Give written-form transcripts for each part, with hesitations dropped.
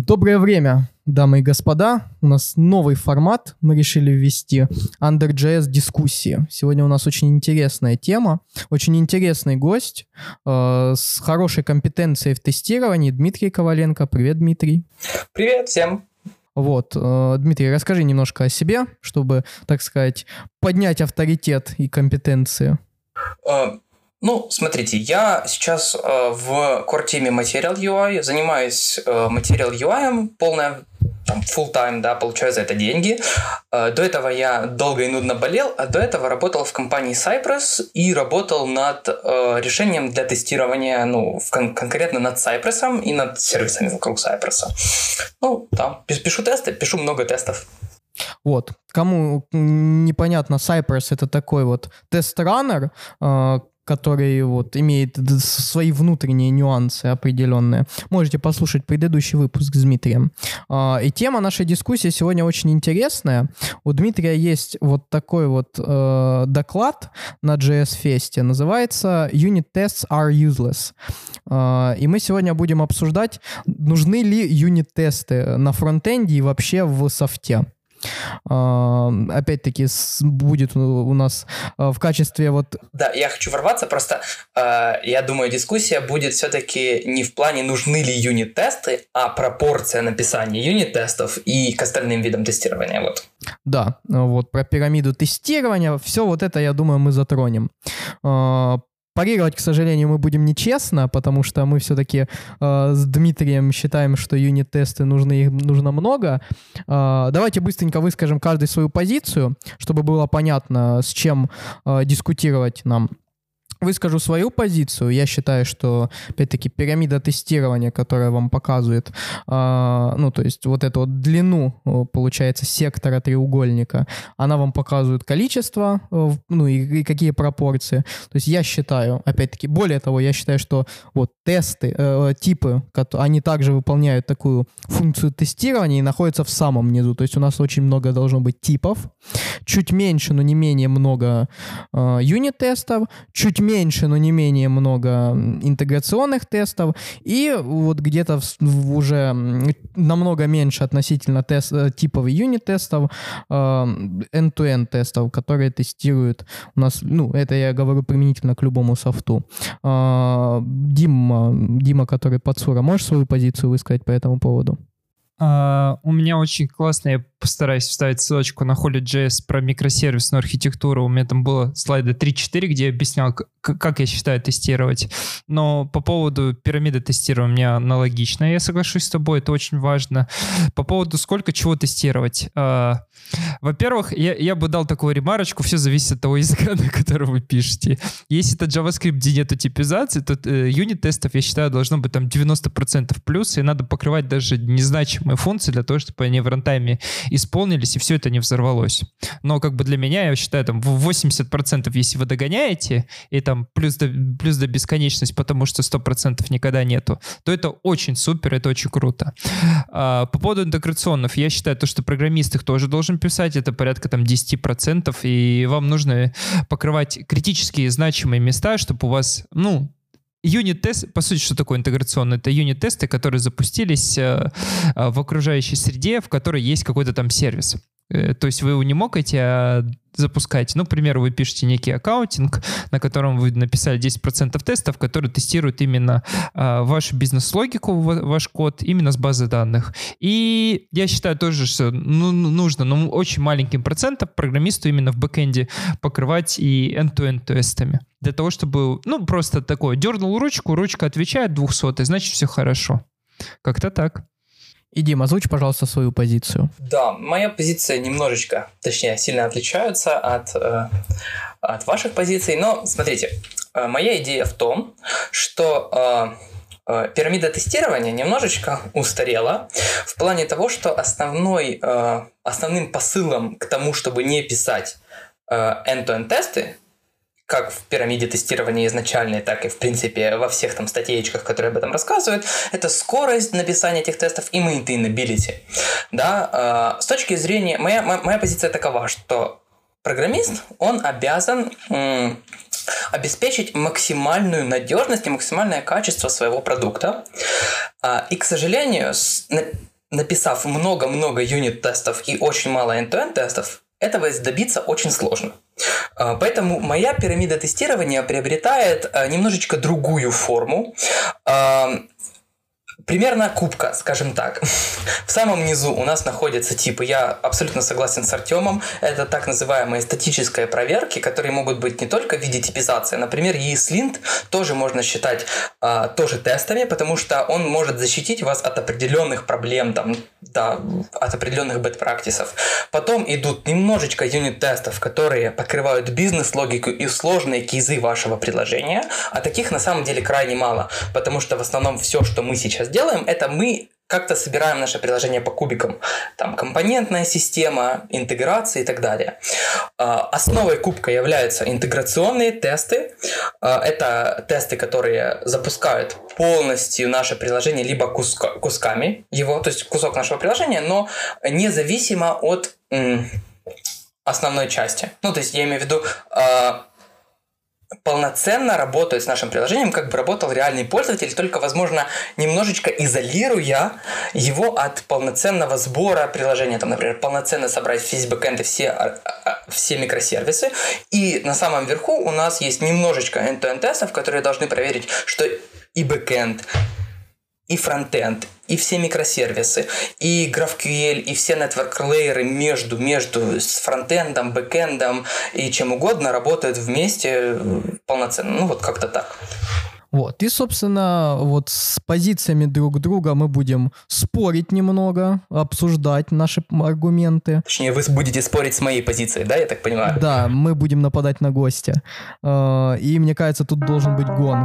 Доброе время, дамы и господа. У нас новый формат мы решили ввести. Under.js дискуссии. Сегодня у нас очень интересная тема, очень интересный гость с хорошей компетенцией в тестировании. Дмитрий Коваленко. Привет, Дмитрий. Привет всем. Вот, Дмитрий, расскажи немножко о себе, чтобы, так сказать, поднять авторитет и компетенции. Смотрите, я сейчас в core-теаме Material UI, занимаюсь Material UI, полное, full-time, да, получаю за это деньги. До этого я долго и нудно болел, а до этого работал в компании Cypress и работал над решением для тестирования, конкретно над Cypress и над сервисами вокруг Cypress. Пишу тесты, пишу много тестов. Вот, кому непонятно, Cypress — это такой вот тест-раннер, который вот имеет свои внутренние нюансы определенные. Можете послушать предыдущий выпуск с Дмитрием. И тема нашей дискуссии сегодня очень интересная. У Дмитрия есть вот такой вот доклад на JS-фесте. Называется «Unit Tests are Useless». И мы сегодня будем обсуждать, нужны ли юнит-тесты на фронтенде и вообще в софте. Опять-таки будет у нас в качестве вот... Да, я хочу ворваться, просто я думаю, дискуссия будет все-таки не в плане, нужны ли юнит-тесты, а пропорция написания юнит-тестов и к остальным видам тестирования. Вот. Да, вот про пирамиду тестирования, все вот это, я думаю, мы затронем. Парировать, к сожалению, мы будем нечестно, потому что мы все-таки с Дмитрием считаем, что юнит-тесты нужно много. Давайте быстренько выскажем каждый свою позицию, чтобы было понятно, с чем дискутировать нам. Выскажу свою позицию. Я считаю, что, опять-таки, пирамида тестирования, которая вам показывает, то есть вот эту вот длину, получается, сектора треугольника, она вам показывает количество, и какие пропорции. То есть я считаю, опять-таки, более того, я считаю, что вот тесты, типы, они также выполняют такую функцию тестирования и находятся в самом низу. То есть у нас очень много должно быть типов, чуть меньше, но не менее много юнит-тестов, чуть меньше, но не менее много интеграционных тестов, и вот где-то уже намного меньше относительно типов юнит-тестов, end-to-end тестов, которые тестируют у нас, это я говорю применительно к любому софту. Дима, который под Сура, можешь свою позицию высказать по этому поводу? У меня очень классно, я постараюсь вставить ссылочку на Holy.js про микросервисную архитектуру. У меня там было слайда 3-4, где я объяснял, как я считаю тестировать. Но по поводу пирамиды тестирования у меня аналогично. Я соглашусь с тобой, это очень важно. По поводу сколько чего тестировать. Во-первых, я бы дал такую ремарочку, все зависит от того языка, на котором вы пишете. Если это JavaScript, где нету типизации, то юнит-тестов, я считаю, должно быть там 90% плюс, и надо покрывать даже незначимые функции для того, чтобы они в рантайме исполнились, и все это не взорвалось. Но как бы для меня, я считаю, там 80%, если вы догоняете, и там плюс до бесконечности, потому что 100% никогда нету, то это очень супер, это очень круто. По поводу интеграционных, я считаю, то, что программист их тоже должен писать, это порядка там 10%, и вам нужно покрывать критические значимые места, чтобы у вас, юнит-тест, по сути, что такое интеграционный? Это юнит-тесты, которые запустились в окружающей среде, в которой есть какой-то там сервис. То есть вы его не можете запускать. К примеру, вы пишете некий аккаунтинг, на котором вы написали 10% тестов, которые тестируют именно вашу бизнес-логику, ваш код, именно с базы данных. И я считаю тоже, что нужно, очень маленьким процентом программисту именно в бэкэнде покрывать и end-to-end тестами. Для того, чтобы, просто такое, дернул ручку, ручка отвечает 200, значит, все хорошо. Как-то так. И, Дим, озвучь, пожалуйста, свою позицию. Да, моя позиция сильно отличается от ваших позиций. Но, смотрите, моя идея в том, что пирамида тестирования немножечко устарела в плане того, что основным посылом к тому, чтобы не писать end-to-end тесты, как в пирамиде тестирования изначальной, так и, в принципе, во всех там статейках, которые об этом рассказывают, это скорость написания этих тестов и maintainability. Да? С точки зрения... Моя позиция такова, что программист, он обязан обеспечить максимальную надежность и максимальное качество своего продукта. И, к сожалению, написав много-много юнит-тестов и очень мало end-to-end тестов, этого добиться очень сложно. Поэтому моя пирамида тестирования приобретает немножечко другую форму. Примерно кубка, скажем так. В самом низу у нас находятся типы, я абсолютно согласен с Артемом, это так называемые статические проверки, которые могут быть не только в виде типизации. Например, ESLint тоже можно считать тоже тестами, потому что он может защитить вас от определенных проблем, там, да, от определенных bad-практисов. Потом идут немножечко юнит-тестов, которые покрывают бизнес-логику и сложные кейзы вашего приложения, а таких на самом деле крайне мало, потому что в основном все, что мы сейчас делаем, это мы как-то собираем наше приложение по кубикам. Там компонентная система, интеграция и так далее. Основой кубка являются интеграционные тесты. Это тесты, которые запускают полностью наше приложение либо кусками его, то есть кусок нашего приложения, но независимо от основной части. Ну, то есть я имею в виду полноценно работает с нашим приложением, как бы работал реальный пользователь, только, возможно, немножечко изолируя его от полноценного сбора приложения. Там, например, полноценно собрать весь бэкэнд и все микросервисы. И на самом верху у нас есть немножечко end-to-end тестов, которые должны проверить, что и бэкэнд, и фронтенд, и все микросервисы, и GraphQL, и все network-лейеры между с фронтендом, бэкэндом и чем угодно работают вместе полноценно. Ну, вот как-то так. Вот. И, собственно, вот с позициями друг друга мы будем спорить немного, обсуждать наши аргументы. Точнее, вы будете спорить с моей позицией, да, я так понимаю? Да, мы будем нападать на гостя. И, мне кажется, тут должен быть гонг.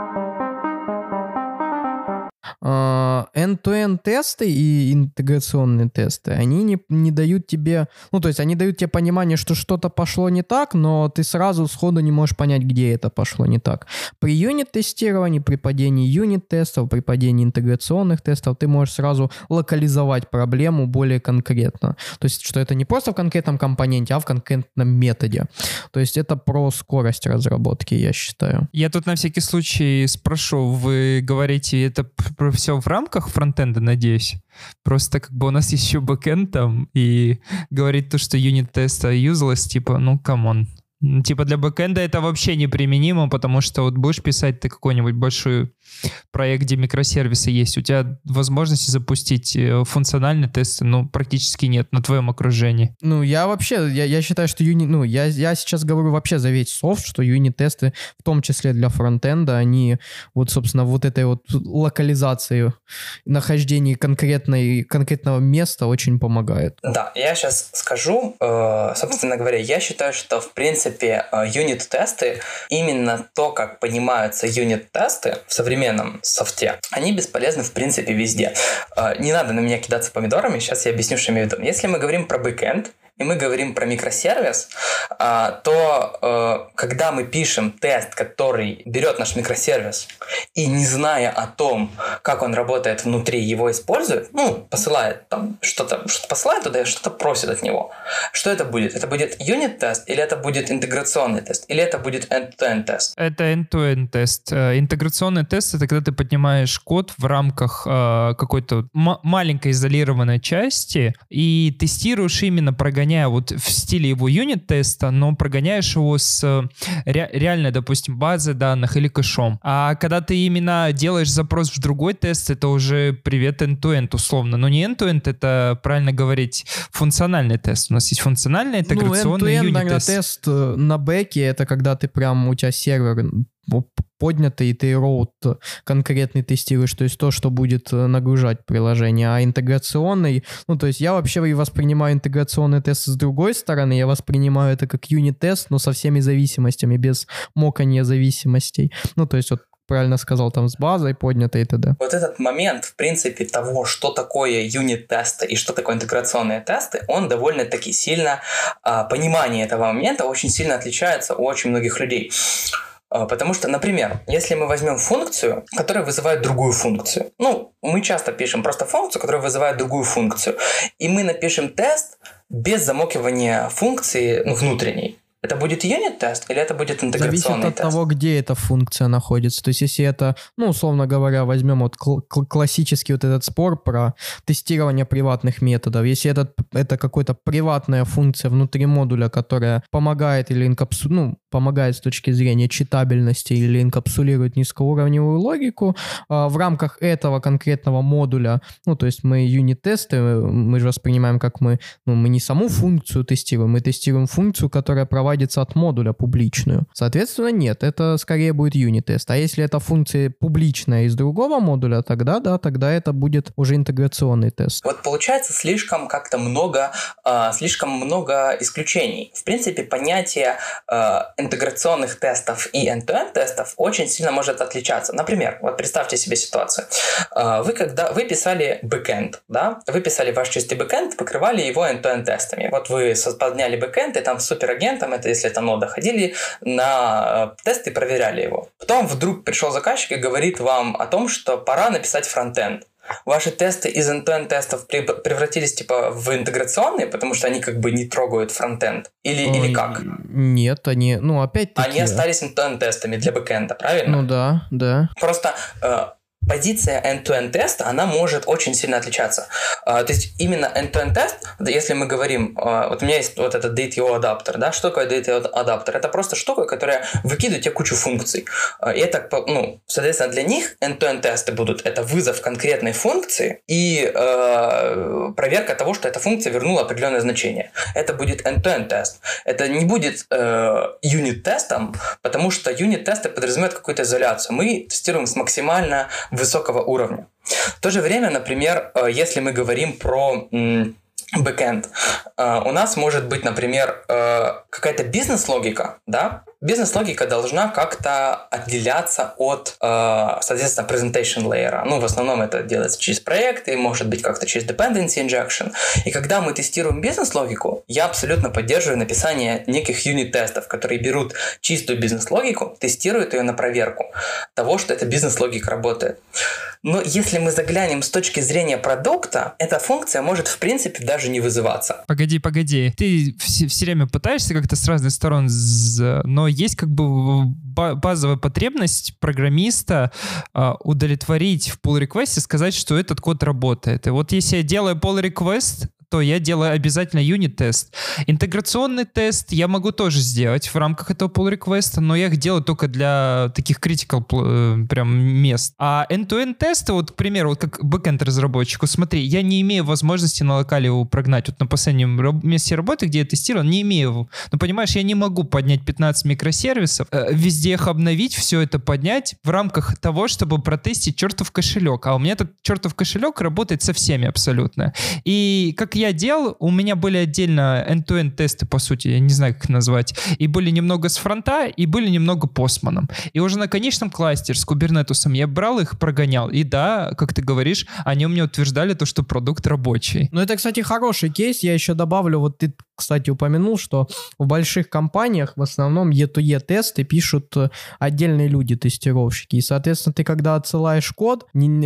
End-to-end тесты и интеграционные тесты, они не дают тебе, ну, то есть они дают тебе понимание, что что-то пошло не так, но ты сразу сходу не можешь понять, где это пошло не так. При юнит-тестировании, при падении юнит-тестов, при падении интеграционных тестов ты можешь сразу локализовать проблему более конкретно. То есть, что это не просто в конкретном компоненте, а в конкретном методе. То есть это про скорость разработки, я считаю. Я тут на всякий случай спрошу, вы говорите, это все в рамках фронтенда, надеюсь? Просто как бы у нас есть еще бэкэнд там, и говорит то, что юнит-теста useless, типа, ну, камон. Типа для бэкэнда это вообще неприменимо, потому что вот будешь писать ты какой-нибудь большой проект, где микросервисы есть, у тебя возможности запустить функциональные тесты, ну, практически нет на твоем окружении. Ну, я вообще, я считаю, что я сейчас говорю вообще за весь софт, что юнит-тесты, в том числе для фронтенда, они вот, собственно, вот этой вот локализации, нахождения конкретного места очень помогают. Да, я сейчас скажу, собственно говоря, я считаю, что, в принципе, юнит-тесты, именно то, как понимаются юнит-тесты в современном софте, они бесполезны, в принципе, везде. Не надо на меня кидаться помидорами, сейчас я объясню, что я имею в виду. Если мы говорим про бэкэнд, и мы говорим про микросервис, то когда мы пишем тест, который берет наш микросервис и, не зная о том, как он работает внутри, его использует, ну, посылает там что-то посылает туда и что-то просит от него. Что это будет? Это будет юнит-тест, или это будет интеграционный тест, или это будет end-to-end тест? Это end-to-end тест. Интеграционный тест — это когда ты поднимаешь код в рамках какой-то маленькой изолированной части и тестируешь именно, прогоняя вот в стиле его юнит-теста, но прогоняешь его с реальной, допустим, базы данных или кэшом. А когда ты именно делаешь запрос в другой тест, это уже привет end-to-end условно. Но не end-to-end, это, правильно говорить, функциональный тест. У нас есть функциональный, интеграционный, end-to-end, юнит-тест. тест на бэке — это когда ты прям, у тебя сервер поднятый, и ты роут конкретный тестируешь, то есть то, что будет нагружать приложение. А интеграционный, ну, то есть я вообще и воспринимаю интеграционный тест с другой стороны, я воспринимаю это как юнит-тест, но со всеми зависимостями, без моканья зависимостей. Ну, то есть вот правильно сказал, там с базой поднятой и т.д. Вот этот момент, в принципе, того, что такое юнит-тесты и что такое интеграционные тесты, он довольно-таки сильно, понимание этого момента очень сильно отличается у очень многих людей. Потому что, например, если мы возьмем функцию, которая вызывает другую функцию, ну, мы часто пишем просто функцию, которая вызывает другую функцию, и мы напишем тест без замокивания функции, ну, внутренней. Это будет юнит-тест или это будет интеграционный тест? Зависит от того, где эта функция находится. То есть, если это, условно говоря, возьмем вот классический вот этот спор про тестирование приватных методов. Если это какая-то приватная функция внутри модуля, которая помогает или помогает с точки зрения читабельности или инкапсулирует низкоуровневую логику, в рамках этого конкретного модуля, то есть мы юнит-тесты, мы же воспринимаем как мы не саму функцию тестируем, мы тестируем функцию, которая проводится от модуля публичную. Соответственно, нет, это скорее будет юнит-тест. А если эта функция публичная из другого модуля, тогда это будет уже интеграционный тест. Вот получается слишком много исключений. В принципе, понятие интеграционных тестов и end-to-end тестов очень сильно может отличаться. Например, вот представьте себе ситуацию. Вы писали бэкэнд, да? Вы писали ваш чистый бэкэнд, покрывали его end-to-end тестами. Вот вы подняли бэкэнд, и там с суперагентом, это если это нода, ходили на тесты и проверяли его. Потом вдруг пришел заказчик и говорит вам о том, что пора написать фронтенд. Ваши тесты из end-to-end тестов превратились в интеграционные, потому что они не трогают фронтенд? Или как? Нет, они, опять-таки... Они остались end-to-end тестами для бэкэнда, правильно? Да. Просто... позиция end-to-end теста, она может очень сильно отличаться. То есть именно end-to-end тест, если мы говорим, вот у меня есть вот этот DTO адаптер, да, что такое DTO адаптер? Это просто штука, которая выкидывает тебе кучу функций. И это, соответственно, для них end-to-end тесты будут, это вызов конкретной функции и проверка того, что эта функция вернула определенное значение. Это будет end-to-end тест. Это не будет юнит-тестом, потому что юнит-тесты подразумевают какую-то изоляцию. Мы тестируем с максимально высокого уровня. В то же время, например, если мы говорим про бэкэнд, у нас может быть, например, какая-то бизнес-логика, да? Бизнес-логика должна как-то отделяться от, соответственно, presentation layer. В основном это делается через проекты, может быть как-то через dependency injection. И когда мы тестируем бизнес-логику, я абсолютно поддерживаю написание неких юнит-тестов, которые берут чистую бизнес-логику, тестируют ее на проверку того, что эта бизнес-логика работает. Но если мы заглянем с точки зрения продукта, эта функция может, в принципе, даже не вызываться. Погоди. Ты все время пытаешься как-то с разных сторон, но есть базовая потребность программиста удовлетворить в pull request и сказать, что этот код работает. И вот если я делаю pull request, то я делаю обязательно юнит-тест. Интеграционный тест я могу тоже сделать в рамках этого pull-request, но я их делаю только для таких critical прям мест. А end-to-end тесты, вот, к примеру, вот как бэкэнд-разработчику, смотри, я не имею возможности на локале его прогнать. Вот на последнем месте работы, где я тестировал, не имею. Но понимаешь, я не могу поднять 15 микросервисов, везде их обновить, все это поднять в рамках того, чтобы протестить чертов кошелек. А у меня этот чертов кошелек работает со всеми абсолютно. И как я делал, у меня были отдельно end-to-end тесты, по сути, я не знаю, как их назвать, и были немного с фронта, и были немного постманом. И уже на конечном кластере с кубернетусом я брал их, прогонял, и да, как ты говоришь, они у меня утверждали то, что продукт рабочий. Это, кстати, хороший кейс, я еще добавлю, вот ты, кстати, упомянул, что в больших компаниях в основном E2E тесты пишут отдельные люди, тестировщики, и, соответственно, ты когда отсылаешь код,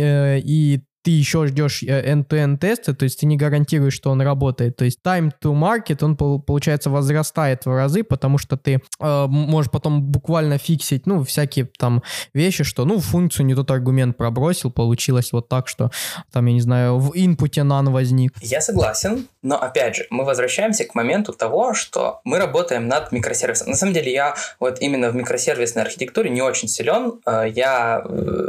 и ты еще ждешь end-to-end теста, то есть ты не гарантируешь, что он работает. То есть time to market, он, получается, возрастает в разы, потому что ты можешь потом буквально фиксить, всякие там вещи, что, функцию не тот аргумент пробросил, получилось вот так, что там, я не знаю, в инпуте none возник. Я согласен, но, опять же, мы возвращаемся к моменту того, что мы работаем над микросервисом. На самом деле, я вот именно в микросервисной архитектуре не очень силен. Я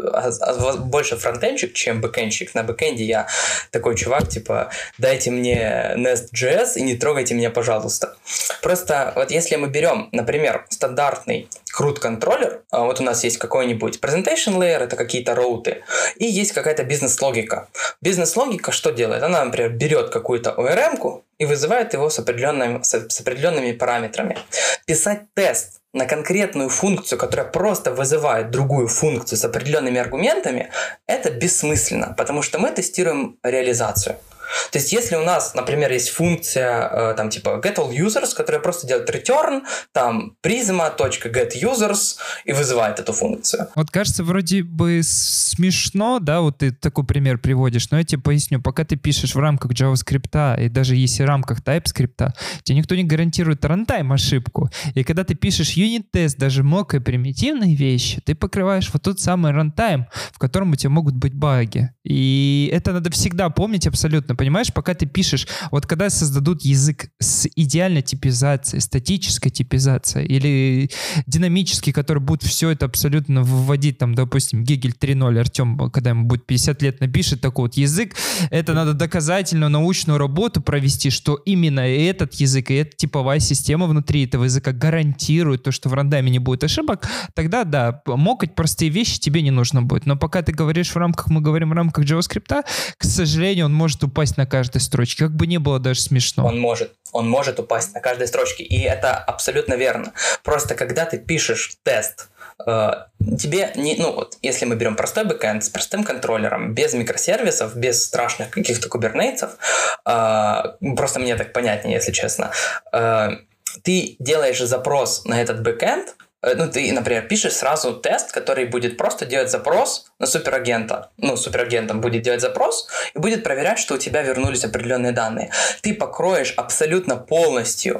больше фронтенчик, чем бэкенчик. На бэкэнде я такой чувак, дайте мне Nest.js и не трогайте меня, пожалуйста. Просто вот если мы берем, например, стандартный CRUD-контроллер, вот у нас есть какой-нибудь presentation layer, это какие-то роуты, и есть какая-то бизнес-логика. Бизнес-логика что делает? Она, например, берет какую-то ORM-ку и вызывает его с определенными параметрами. Писать тест на конкретную функцию, которая просто вызывает другую функцию с определенными аргументами, это бессмысленно, потому что мы тестируем реализацию. То есть, если у нас, например, есть функция там типа getAllUsers, которая просто делает return, там prisma.getUsers и вызывает эту функцию. Вот кажется, вроде бы смешно, да, вот ты такой пример приводишь, но я тебе поясню, пока ты пишешь в рамках JavaScript, и даже если в рамках TypeScript, тебе никто не гарантирует рантайм ошибку. И когда ты пишешь юнит-тест, даже моккой примитивные вещи, ты покрываешь вот тот самый рантайм, в котором у тебя могут быть баги. И это надо всегда помнить абсолютно, понимаешь? Пока ты пишешь, вот когда создадут язык с идеальной типизацией, статической типизацией или динамический, который будет все это абсолютно выводить, там, допустим, Гегель 3.0, Артем, когда ему будет 50 лет, напишет такой вот язык, это надо доказательную научную работу провести, что именно этот язык и эта типовая система внутри этого языка гарантирует то, что в рантайме не будет ошибок, тогда да, мокать простые вещи тебе не нужно будет. Но пока ты говоришь мы говорим в рамках JavaScript, к сожалению, он может упасть на каждой строчке, как бы ни было даже смешно. Он может упасть на каждой строчке, и это абсолютно верно. Просто когда ты пишешь тест, тебе не, вот если мы берем простой бэкэнд с простым контроллером, без микросервисов, без страшных каких-то кубернетов, просто мне так понятнее, если честно, ты делаешь запрос на этот бэкэнд, ты, например, пишешь сразу тест, который будет просто делать запрос на суперагента. Суперагентом будет делать запрос и будет проверять, что у тебя вернулись определенные данные. Ты покроешь абсолютно полностью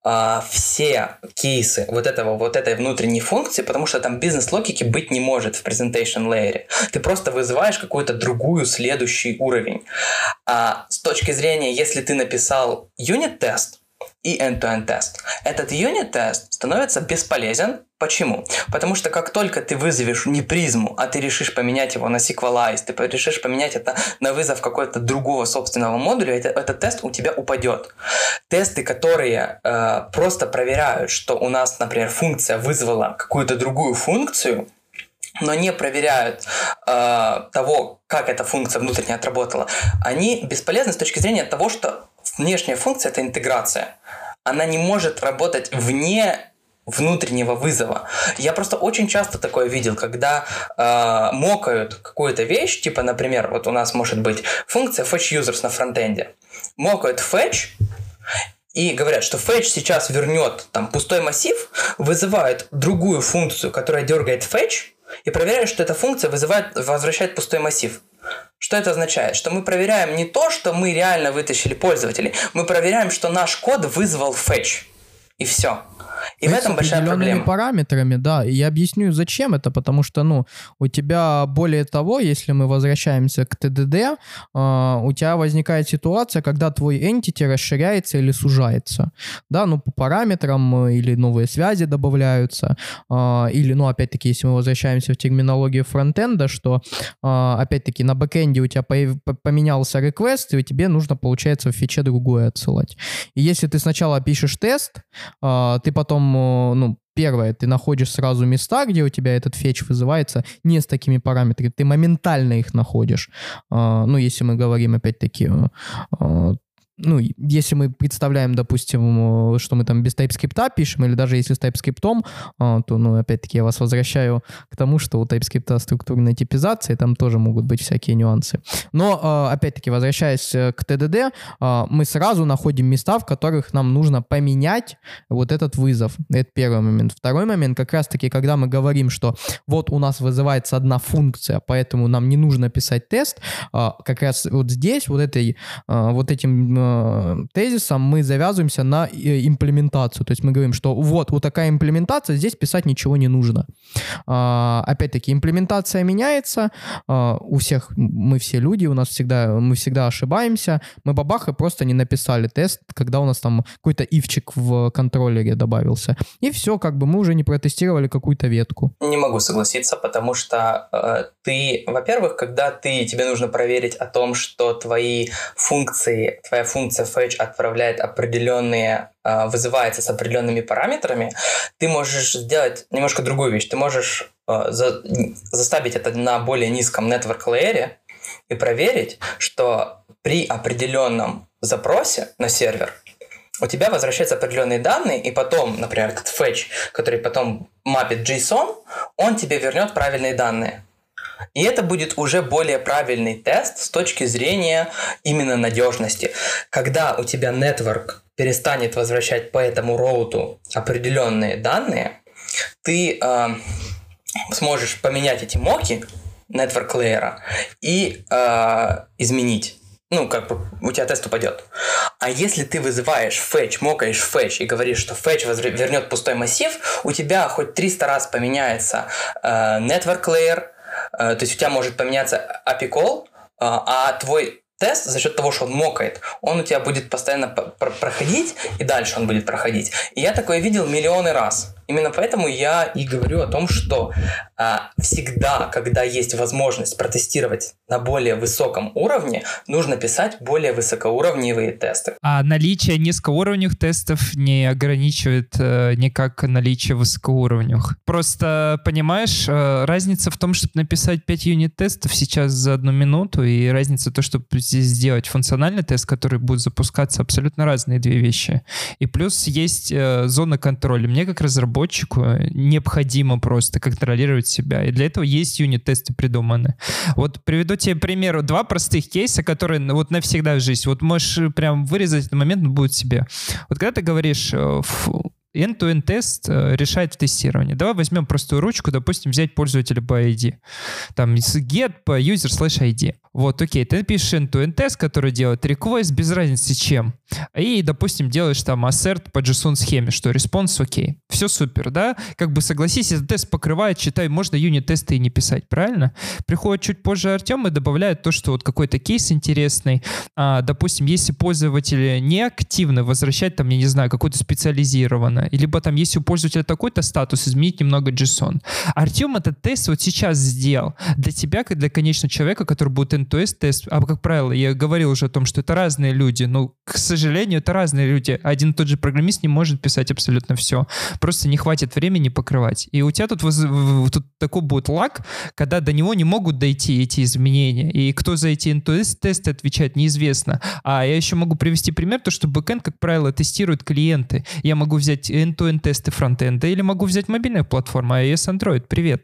все кейсы вот этой внутренней функции, потому что там бизнес-логики быть не может в presentation layer. Ты просто вызываешь какую-то другую следующий уровень. А с точки зрения, если ты написал юнит-тест, и end-to-end тест. Этот юнит-тест становится бесполезен. Почему? Потому что как только ты вызовешь не призму, а ты решишь поменять его на SQLize, ты решишь поменять это на вызов какого-то другого собственного модуля, этот тест у тебя упадет. Тесты, которые просто проверяют, что у нас, например, функция вызвала какую-то другую функцию, но не проверяют того, как эта функция внутренне отработала, они бесполезны с точки зрения того, что внешняя функция – это интеграция. Она не может работать вне внутреннего вызова. Я просто очень часто такое видел, когда мокают какую-то вещь, типа, например, вот у нас может быть функция fetchUsers на фронтенде. Мокают fetch и говорят, что fetch сейчас вернет там пустой массив, вызывает другую функцию, которая дергает fetch, и проверяют, что эта функция возвращает пустой массив. Что это означает? Что мы проверяем не то, что мы реально вытащили пользователей, мы проверяем, что наш код вызвал fetch. И все. И в этом большая проблема. Параметрами, да. И я объясню, зачем это, потому что, у тебя, более того, если мы возвращаемся к TDD, у тебя возникает ситуация, когда твой entity расширяется или сужается. Да, по параметрам или новые связи добавляются, или, опять-таки, если мы возвращаемся в терминологию фронтенда, что, опять-таки, на бэкенде у тебя поменялся request, и тебе нужно, получается, в фиче другое отсылать. И если ты сначала пишешь тест, ты потом, первое, ты находишь сразу места, где у тебя этот фетч вызывается не с такими параметрами, ты моментально их находишь. Если мы говорим, опять-таки, если мы представляем, допустим, что мы там без TypeScript пишем, или даже если с TypeScript, то, опять-таки, я вас возвращаю к тому, что у TypeScript структурная типизация, там тоже могут быть всякие нюансы. Но, опять-таки, возвращаясь к TDD, мы сразу находим места, в которых нам нужно поменять вот этот вызов. Это первый момент. Второй момент, как раз-таки, когда мы говорим, что вот у нас вызывается одна функция, поэтому нам не нужно писать тест, как раз вот здесь, вот этим тезисом мы завязываемся на имплементацию. То есть мы говорим, что вот такая имплементация, здесь писать ничего не нужно. Опять-таки, имплементация меняется. У всех, мы все люди, мы всегда ошибаемся. Мы бабах и просто не написали тест, когда у нас там какой-то ивчик в контроллере добавился. И все, мы уже не протестировали какую-то ветку. Не могу согласиться, потому что ты, во-первых, когда тебе нужно проверить о том, что твоя функция fetch отправляет вызывается с определенными параметрами, ты можешь сделать немножко другую вещь. Ты можешь заставить это на более низком network layer и проверить, что при определенном запросе на сервер у тебя возвращаются определенные данные, и потом, например, этот fetch, который потом мапит JSON, он тебе вернет правильные данные. И это будет уже более правильный тест с точки зрения именно надежности. Когда у тебя network перестанет возвращать по этому роуту определенные данные, ты сможешь поменять эти моки network layer и изменить. У тебя тест упадет. А если ты вызываешь fetch, мокаешь fetch и говоришь, что fetch вернет пустой массив, у тебя хоть 300 раз поменяется network layer, то есть у тебя может поменяться API call, а твой тест за счет того, что он мокает, он у тебя будет постоянно проходить, и дальше он будет проходить. И я такое видел миллионы раз. Именно поэтому я и говорю о том, что всегда, когда есть возможность протестировать на более высоком уровне, нужно писать более высокоуровневые тесты. А наличие низкоуровневых тестов не ограничивает никак наличие высокоуровневых. Просто, понимаешь, разница в том, чтобы написать 5 юнит-тестов сейчас за 1 минуту, и разница в том, чтобы сделать функциональный тест, который будет запускаться, абсолютно разные две вещи. И плюс есть зона контроля. Мне как разработчику необходимо просто контролировать себя. И для этого есть юнит-тесты придуманы. Вот приведу тебе пример. 2 простых кейса, которые вот навсегда в жизни. Вот можешь прям вырезать этот момент, он будет себе. Вот когда ты говоришь end-to-end тест решает в тестировании. Давай возьмем простую ручку, допустим, взять пользователя по ID. Там get по user/ID. Вот, окей, ты пишешь end-to-end тест, который делает request без разницы чем. И, допустим, делаешь там assert по JSON схеме, что response окей. Все супер, да? Как бы согласись, этот тест покрывает, считай, можно юнит-тесты и не писать, правильно? Приходит чуть позже Артем и добавляет то, что вот какой-то кейс интересный. Допустим, если пользователь не активно возвращать там, я не знаю, какой-то специализированный, либо там, если у пользователя такой-то статус, изменить немного JSON. Артем этот тест вот сейчас сделал для тебя, как для конечного человека, который будет end-to-end тест. А как правило, я говорил уже о том, что это разные люди, но, к сожалению, это разные люди. Один и тот же программист не может писать абсолютно все. Просто не хватит времени покрывать. И у тебя тут такой будет лаг, когда до него не могут дойти эти изменения. И кто за эти end-to-end тесты отвечает, неизвестно. А я еще могу привести пример, то, что бэкэнд, как правило, тестирует клиенты. Я могу взять end-to-end тесты фронтенда или могу взять мобильную платформу iOS, Android, привет.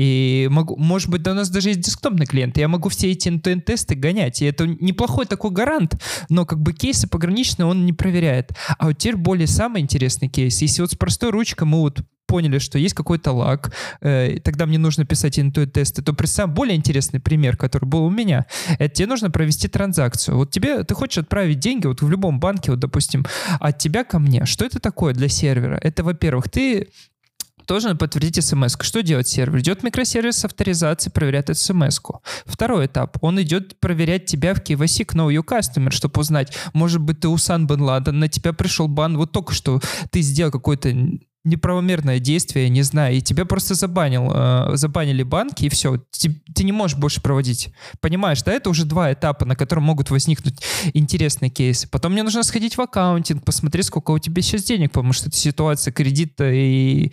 И может быть, да у нас даже есть десктопный клиент, я могу все эти end-to-end тесты гонять. И это неплохой такой гарант, но как бы кейсы пограничные он не проверяет. А вот теперь более самый интересный кейс. Если вот с простой ручкой мы вот поняли, что есть какой-то лаг, тогда мне нужно писать end-to-end тесты, то представь более интересный пример, который был у меня. Это тебе нужно провести транзакцию. Вот ты хочешь отправить деньги вот в любом банке, вот, допустим, от тебя ко мне. Что это такое для сервера? Это, во-первых, ты должен подтвердить смс. Что делает сервер? Идет микросервис авторизации, проверяет смс-ку. Второй этап. Он идет проверять тебя в KYC, Know Your Customer, чтобы узнать, может быть, ты Усан Бен Ладен, на тебя пришел бан, вот только что ты сделал какой-то неправомерное действие, не знаю, и тебя просто забанили банки, и все, ты не можешь больше проводить. Понимаешь, да, это уже 2 этапа, на котором могут возникнуть интересные кейсы. Потом мне нужно сходить в аккаунтинг, посмотреть, сколько у тебя сейчас денег, потому что эта ситуация кредита и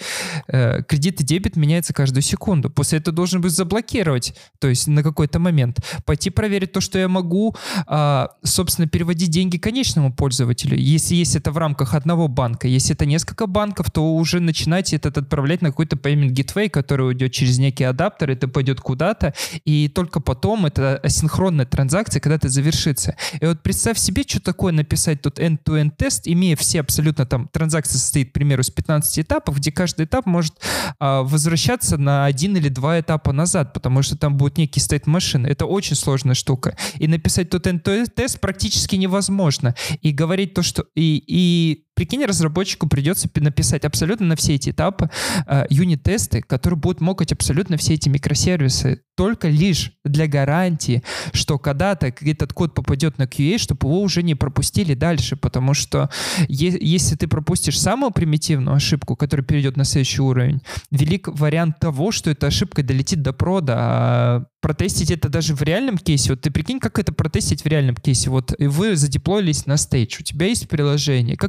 дебет меняется каждую секунду. После этого должен быть заблокировать, то есть на какой-то момент. Пойти проверить то, что я могу, собственно, переводить деньги конечному пользователю, если это в рамках одного банка. Если это несколько банков, то уже начинать этот отправлять на какой-то payment gateway, который уйдет через некий адаптер, это пойдет куда-то, и только потом это асинхронная транзакция когда-то завершится. И вот представь себе, что такое написать тут end-to-end тест, имея все абсолютно там, транзакция состоит, к примеру, из 15 этапов, где каждый этап может возвращаться на 1 или 2 этапа назад, потому что там будет некий state machine. Это очень сложная штука. И написать тут end-to-end тест практически невозможно. И говорить то, что... Прикинь, разработчику придется написать абсолютно на все эти этапы юнит-тесты, которые будут мокать абсолютно все эти микросервисы, только лишь для гарантии, что когда-то этот код попадет на QA, чтобы его уже не пропустили дальше, потому что если ты пропустишь самую примитивную ошибку, которая перейдет на следующий уровень, велик вариант того, что эта ошибка долетит до прода, а протестить это даже в реальном кейсе. Вот ты прикинь, как это протестить в реальном кейсе. Вот вы задеплоились на стейдж, у тебя есть приложение. Как протестить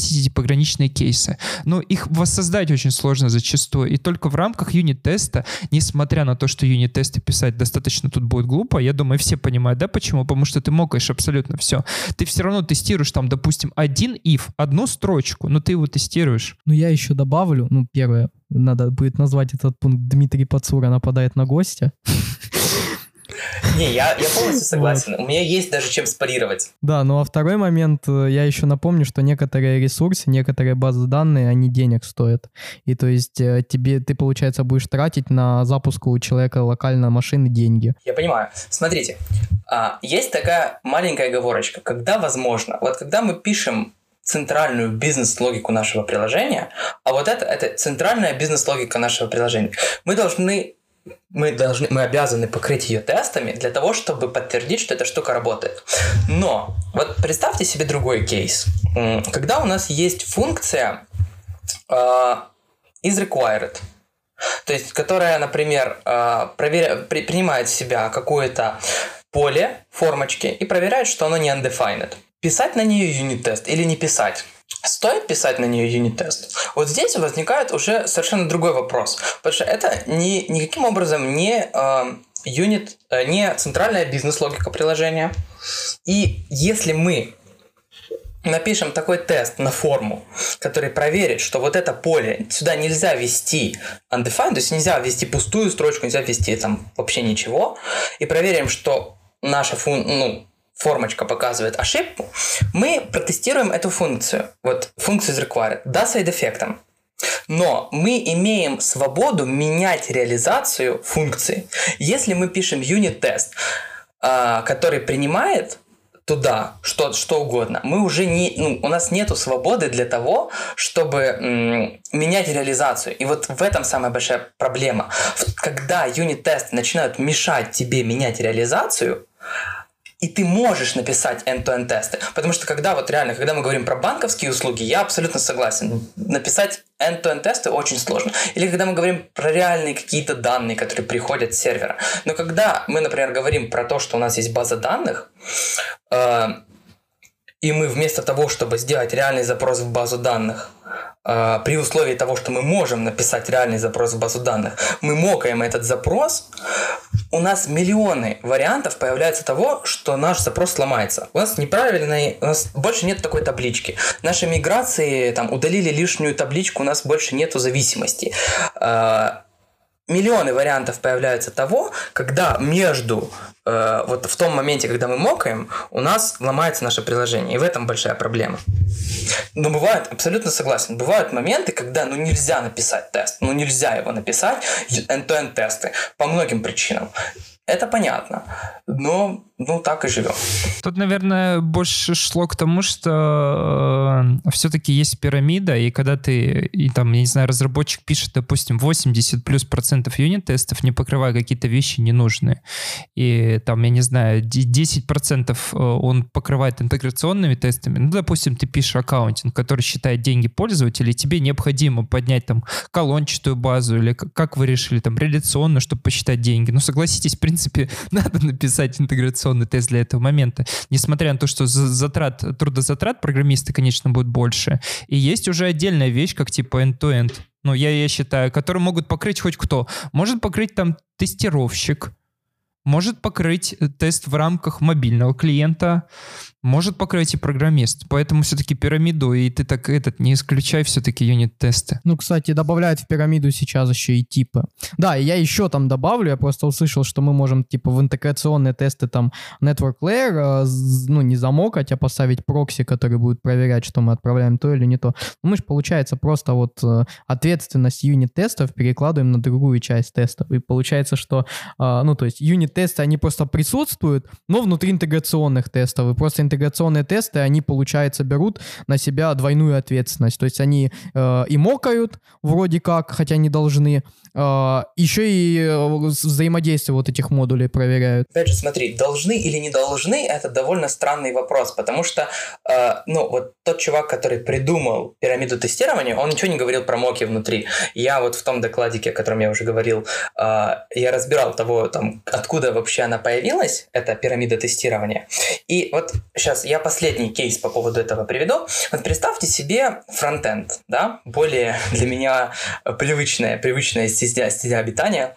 тестить эти пограничные кейсы. Но их воссоздать очень сложно зачастую. И только в рамках юнит-теста, несмотря на то, что юнит-тесты писать достаточно тут будет глупо, я думаю, все понимают, да, почему? Потому что ты мокаешь абсолютно все. Ты все равно тестируешь там, допустим, один if, одну строчку, но ты его тестируешь. Ну, я еще добавлю, первое, надо будет назвать этот пункт «Дмитрий Пацура нападает на гостя». Не, я полностью согласен. У меня есть даже чем спарировать. Да, ну а второй момент, я еще напомню, что некоторые ресурсы, некоторые базы данных, они денег стоят. И то есть ты, получается, будешь тратить на запуск у человека локально машины деньги. Я понимаю. Смотрите, есть такая маленькая оговорочка. Когда возможно, вот когда мы пишем центральную бизнес-логику нашего приложения, а вот это центральная бизнес-логика нашего приложения, мы обязаны покрыть ее тестами для того, чтобы подтвердить, что эта штука работает. Но вот представьте себе другой кейс. Когда у нас есть функция isRequired, то есть которая, например, принимает в себя какое-то поле, формочки, и проверяет, что оно не undefined. Писать на нее юнит-тест или не писать? Стоит писать на нее юнит-тест? Вот здесь возникает уже совершенно другой вопрос. Потому что это никаким образом не центральная бизнес-логика приложения. И если мы напишем такой тест на форму, который проверит, что вот это поле, сюда нельзя ввести undefined, то есть нельзя ввести пустую строчку, нельзя ввести там вообще ничего, и проверим, что наша формочка показывает ошибку, мы протестируем эту функцию. Вот функцию isRequired. Да, сайд-эффектом. Но мы имеем свободу менять реализацию функции. Если мы пишем юнит-тест, который принимает туда что угодно, мы уже у нас нету свободы для того, чтобы менять реализацию. И вот в этом самая большая проблема. Когда юнит-тесты начинают мешать тебе менять реализацию, и ты можешь написать end-to-end тесты. Потому что когда мы говорим про банковские услуги, я абсолютно согласен. Написать end-to-end тесты очень сложно. Или когда мы говорим про реальные какие-то данные, которые приходят с сервера. Но когда мы, например, говорим про то, что у нас есть база данных, и мы вместо того, чтобы сделать реальный запрос в базу данных, при условии того, что мы можем написать реальный запрос в базу данных, мы мокаем этот запрос, у нас миллионы вариантов появляется того, что наш запрос сломается. У нас больше нет такой таблички. Наши миграции удалили лишнюю табличку, у нас больше нету зависимости. Миллионы вариантов появляются того, когда вот в том моменте, когда мы мокаем, у нас ломается наше приложение. И в этом большая проблема. Но абсолютно согласен, бывают моменты, когда нельзя написать тест, нельзя его написать, end-to-end тесты, по многим причинам. Это понятно, но так и живем. Тут, наверное, больше шло к тому, что все-таки есть пирамида, и когда разработчик пишет, допустим, 80+% юнит-тестов, не покрывая какие-то вещи ненужные, и 10% он покрывает интеграционными тестами, допустим, ты пишешь аккаунтинг, который считает деньги пользователей, и тебе необходимо поднять колончатую базу, или как вы решили, реляционно, чтобы посчитать деньги. Согласитесь, в принципе, надо написать интеграционный тест для этого момента. Несмотря на то, что трудозатрат программиста, конечно, будет больше. И есть уже отдельная вещь, как end-to-end. Я считаю, которые могут покрыть хоть кто. Может покрыть тестировщик, может покрыть тест в рамках мобильного клиента, может покрыть и программист. Поэтому все-таки пирамиду, и ты не исключай все-таки юнит-тесты. Кстати, добавляют в пирамиду сейчас еще и типы. Да, и я еще добавлю, я просто услышал, что мы можем в интеграционные тесты network layer, не замокать, а поставить прокси, который будет проверять, что мы отправляем то или не то. Мы же, получается, просто ответственность юнит-тестов перекладываем на другую часть тестов. И получается, что, то есть юнит-тесты, они просто присутствуют, но внутри интеграционных тестов. И просто интеграционные тесты, они, получается, берут на себя двойную ответственность. То есть они и мокают вроде как, хотя не должны, еще и взаимодействие вот этих модулей проверяют. Опять же, смотри, должны или не должны, это довольно странный вопрос, потому что, вот тот чувак, который придумал пирамиду тестирования, он ничего не говорил про моки внутри. Я вот в том докладике, о котором я уже говорил, я разбирал того, там, откуда вообще она появилась, эта пирамида тестирования. И вот сейчас я последний кейс по поводу этого приведу. Вот представьте себе фронтенд, да, более для меня привычная стезя обитания.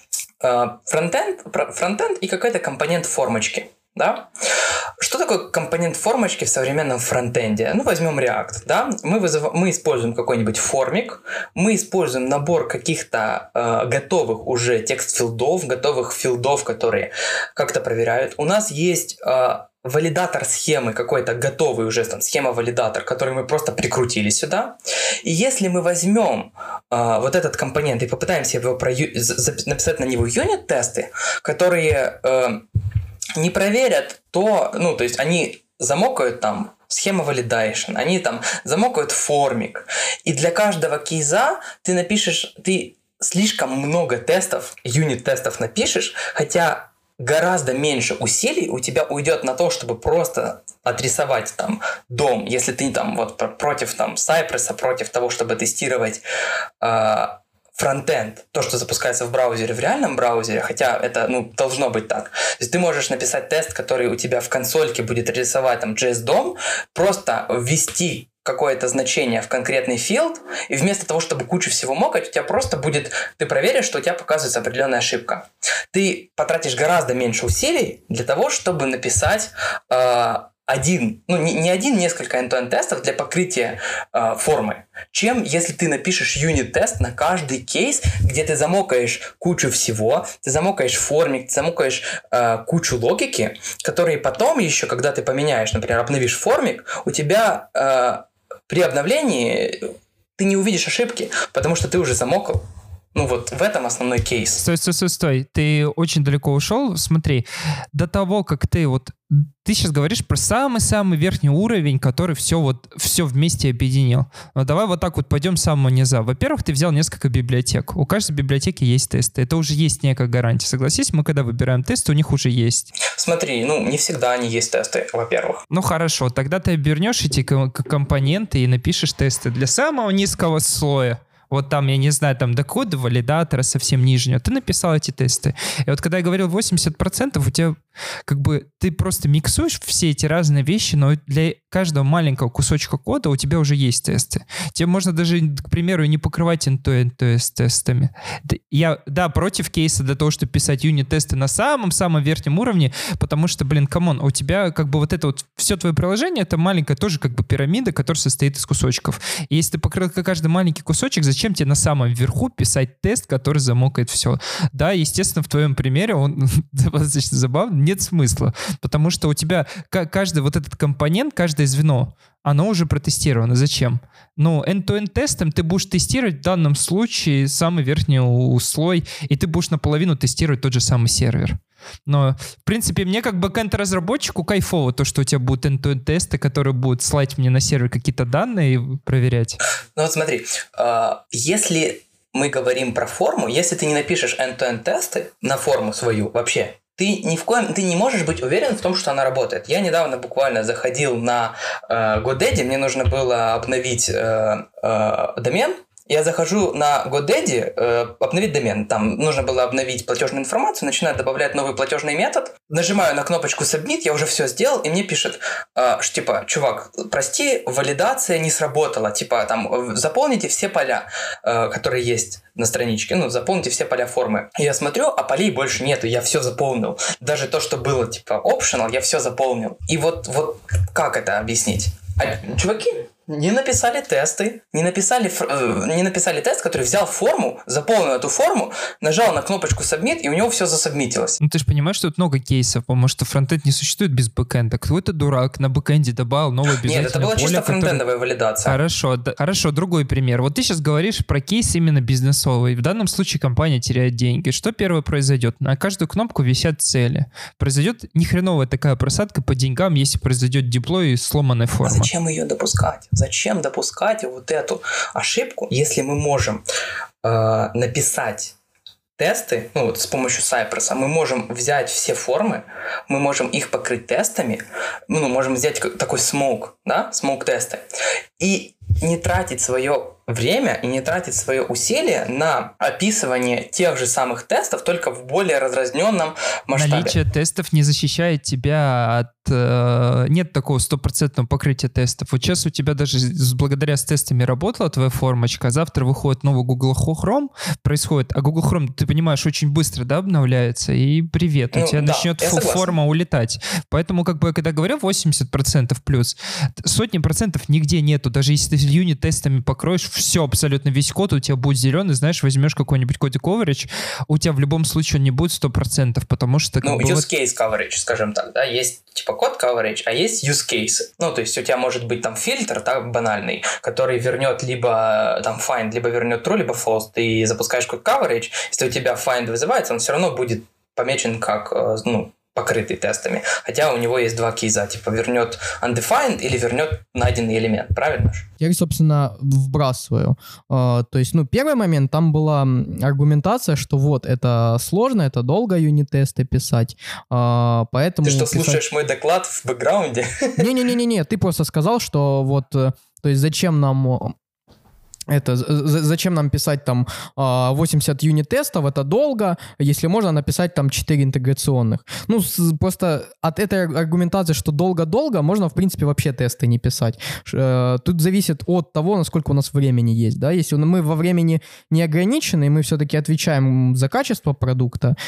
Фронтенд и какой-то компонент формочки. Да? Что такое компонент формочки в современном фронтенде? Возьмем React. Да? Мы используем какой-нибудь формик, мы используем набор каких-то готовых уже текст-филдов, готовых филдов, которые как-то проверяют. У нас есть валидатор схемы, какой-то готовый уже там схема-валидатор, который мы просто прикрутили сюда. И если мы возьмем вот этот компонент и попытаемся его написать на него юнит-тесты, которые не проверят то есть они замокают там схема validation, они там замокают формик. И для каждого кейса ты слишком много тестов, юнит-тестов напишешь, хотя гораздо меньше усилий у тебя уйдет на то, чтобы просто отрисовать там дом, если ты там вот против там Cypress, против того, чтобы тестировать фронтенд, то, что запускается в браузере, в реальном браузере, хотя это должно быть так. То есть ты можешь написать тест, который у тебя в консольке будет рисовать там JS-дом, просто ввести какое-то значение в конкретный филд, и вместо того, чтобы кучу всего мокать, у тебя просто будет, ты проверишь, что у тебя показывается определенная ошибка. Ты потратишь гораздо меньше усилий для того, чтобы написать несколько end-to-end тестов для покрытия формы, чем если ты напишешь юнит-тест на каждый кейс, где ты замокаешь кучу всего, ты замокаешь формик, ты замокаешь кучу логики, которые потом еще, когда ты поменяешь, например, обновишь формик, у тебя при обновлении ты не увидишь ошибки, потому что ты уже замокал. Вот в этом основной кейс. Стой. Ты очень далеко ушел. Смотри, до того, как ты сейчас говоришь про самый-самый верхний уровень, который все вместе объединил. Но давай вот так вот пойдем с самого низа. Во-первых, ты взял несколько библиотек. У каждой библиотеки есть тесты. Это уже есть некая гарантия. Согласись, мы когда выбираем тесты, у них уже есть. Смотри, не всегда они есть тесты, во-первых. Хорошо, тогда ты обернешь эти компоненты и напишешь тесты для самого низкого слоя. Вот там, я не знаю, там до кода валидатора совсем нижнего. Ты написал эти тесты. И вот когда я говорил 80%, у тебя ты просто миксуешь все эти разные вещи, но для каждого маленького кусочка кода у тебя уже есть тесты. Тебе можно даже, к примеру, не покрывать end-to-end тестами. Я, против кейса для того, чтобы писать юнит-тесты на самом-самом верхнем уровне, потому что, камон, у тебя все твое приложение, это маленькая тоже пирамида, которая состоит из кусочков. И если ты покрыл каждый маленький кусочек, зачем тебе на самом верху писать тест, который замокает все? Да, естественно, в твоем примере он достаточно забавный, нет смысла, потому что у тебя каждый вот этот компонент, каждое звено, оно уже протестировано. Зачем? End-to-end тестом ты будешь тестировать в данном случае самый верхний слой, и ты будешь наполовину тестировать тот же самый сервер. Но, в принципе, мне как бэкэнд-разработчику кайфово то, что у тебя будут end-to-end тесты, которые будут слать мне на сервер какие-то данные и проверять. Смотри, если мы говорим про форму, если ты не напишешь end-to-end тесты на форму свою вообще, ты не можешь быть уверен в том, что она работает. Я недавно буквально заходил на GoDaddy, мне нужно было обновить домен. Я захожу на GoDaddy, обновить домен. Там нужно было обновить платежную информацию, начинаю добавлять новый платежный метод, нажимаю на кнопочку Submit, я уже все сделал, и мне пишет, что чувак, прости, валидация не сработала, заполните все поля, которые есть на страничке, заполните все поля формы. Я смотрю, а полей больше нету, я все заполнил. Даже то, что было optional, я все заполнил. И вот как это объяснить? Чуваки не написали тесты, не написали тест, который взял форму, заполнил эту форму, нажал на кнопочку Submit, и у него все засабмитилось. Ты же понимаешь, что тут много кейсов, потому что фронтенд не существует без бэкэнда. Кто-то дурак на бэкэнде добавил новое обязательное поле. Нет, это была чисто фронтендовая валидация. Хорошо, другой пример. Вот ты сейчас говоришь про кейс именно бизнесовый. В данном случае компания теряет деньги. Что первое произойдет? На каждую кнопку висят цели. Произойдет нехреновая такая просадка по деньгам, если произойдет деплой и сломанная форма. А зачем ее допускать? Зачем допускать вот эту ошибку, если мы можем написать тесты, ну вот с помощью Cypress, мы можем взять все формы, мы можем их покрыть тестами, ну, можем взять такой smoke, да, smoke-тесты, и не тратить свое время и не тратить свое усилие на описывание тех же самых тестов, только в более разразненном масштабе. Наличие тестов не защищает тебя от... нет такого стопроцентного покрытия тестов. Вот сейчас у тебя даже благодаря с тестами работала твоя формочка, а завтра выходит новый Google Chrome, происходит, а Google Chrome, ты понимаешь, очень быстро, да, обновляется, и привет, у тебя начнет форма улетать. Поэтому, как бы, когда говорю 80% плюс, сотни процентов нигде нету. Даже если ты юнит-тестами покроешь все, абсолютно весь код, у тебя будет зеленый, знаешь, возьмешь какой-нибудь код coverage, у тебя в любом случае он не будет 100%, потому что... Ну, use case coverage, скажем так, да, есть типа код coverage, а есть use case. Ну, то есть у тебя может быть там фильтр, так, банальный, который вернет либо там find, либо вернет true, либо false. Ты запускаешь код coverage, если у тебя find вызывается, он все равно будет помечен как, ну, покрытый тестами. Хотя у него есть два кейса, типа вернет undefined или вернет найденный элемент, правильно же? Я, собственно, вбрасываю. То есть, ну, первый момент, там была аргументация, что вот, это сложно, это долго юнит-тесты писать, поэтому... Ты что, слушаешь мой доклад в бэкграунде? Не-не-не, ты просто сказал, что вот, то есть, зачем нам писать там 80 юнит-тестов, это долго, если можно написать там 4 интеграционных. Ну, просто от этой аргументации, что долго-долго, можно, в принципе, вообще тесты не писать. Тут зависит от того, насколько у нас времени есть, да, если мы во времени не ограничены, и мы все-таки отвечаем за качество продукта,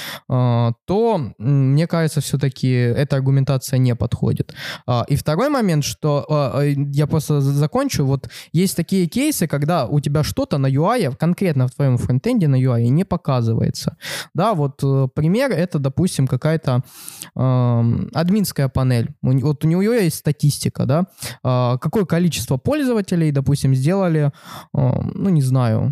то, мне кажется, все-таки эта аргументация не подходит. И второй момент, что я просто закончу, вот есть такие кейсы, когда у тебя что-то на UI, конкретно в твоем фронтенде на UI не показывается. Да, вот пример, это, допустим, какая-то админская панель. Вот у нее есть статистика, да, какое количество пользователей, допустим, сделали, ну, не знаю,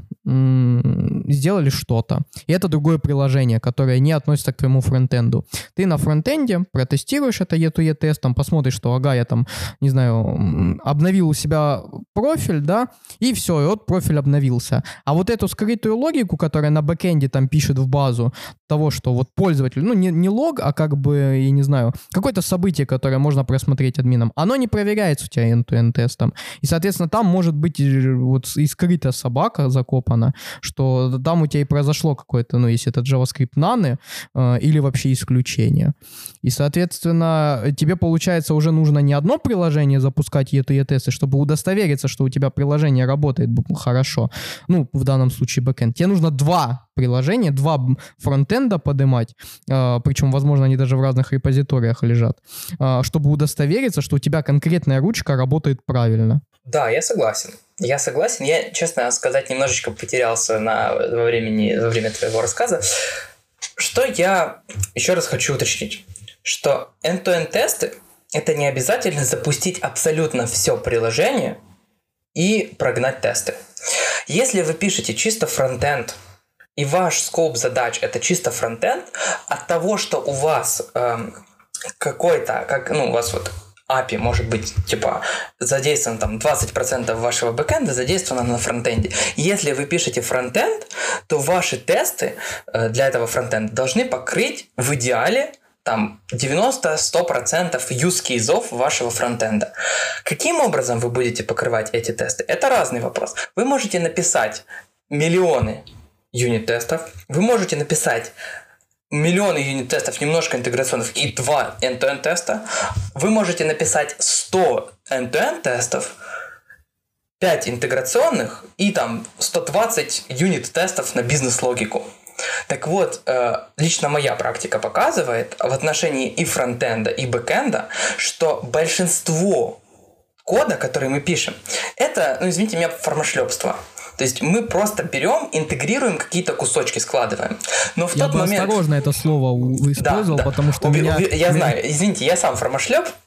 сделали что-то. И это другое приложение, которое не относится к твоему фронтенду. Ты на фронтенде протестируешь это E2E-тест, там посмотришь, что, ага, я там, не знаю, обновил у себя профиль, да, и все, и вот профиль обновился. А вот эту скрытую логику, которая на бэкэнде там пишет в базу того, что вот пользователь, ну, не лог, а как бы, я не знаю, какое-то событие, которое можно просмотреть админом, оно не проверяется у тебя end-to-end тестом. И, соответственно, там может быть вот и скрытая собака закопана, что там у тебя и произошло какое-то, ну, если это JavaScript none, или вообще исключение. И, соответственно, тебе, получается, уже нужно не одно приложение запускать E2E-тесты, чтобы удостовериться, что у тебя приложение работает хорошо. Ну, в данном случае бэкэнд. Тебе нужно два приложения, два фронтенда поднимать, причем, возможно, они даже в разных репозиториях лежат, чтобы удостовериться, что у тебя конкретная ручка работает правильно. Да, я согласен. Я, честно сказать, немножечко потерялся во время твоего рассказа. Что я еще раз хочу уточнить, что end-to-end тесты — это не обязательно запустить абсолютно все приложение и прогнать тесты. Если вы пишете чисто фронтенд, и ваш скоп задач — это чисто фронтенд, от того, что у вас у вас вот API может быть, типа, задействовано там 20% вашего бэкэнда задействовано на фронтенде. Если вы пишете фронтенд, то ваши тесты для этого фронтенда должны покрыть в идеале там 90-100% юзкейзов вашего фронтенда. Каким образом вы будете покрывать эти тесты? Это разный вопрос. Вы можете написать миллионы юнит-тестов, вы можете написать миллионы юнит-тестов, немножко интеграционных и 2 end-to-end теста. Вы можете написать 100 end-to-end тестов, 5 интеграционных и там 120 юнит-тестов на бизнес-логику. Так вот, лично моя практика показывает в отношении и фронтенда, и бэкенда, что большинство кода, который мы пишем, это, ну извините меня, формашлепство. То есть мы просто берем, интегрируем какие-то кусочки, складываем. Но в тот момент... Я бы осторожно это слово использовал, потому что я знаю, извините, я сам формашлеп, то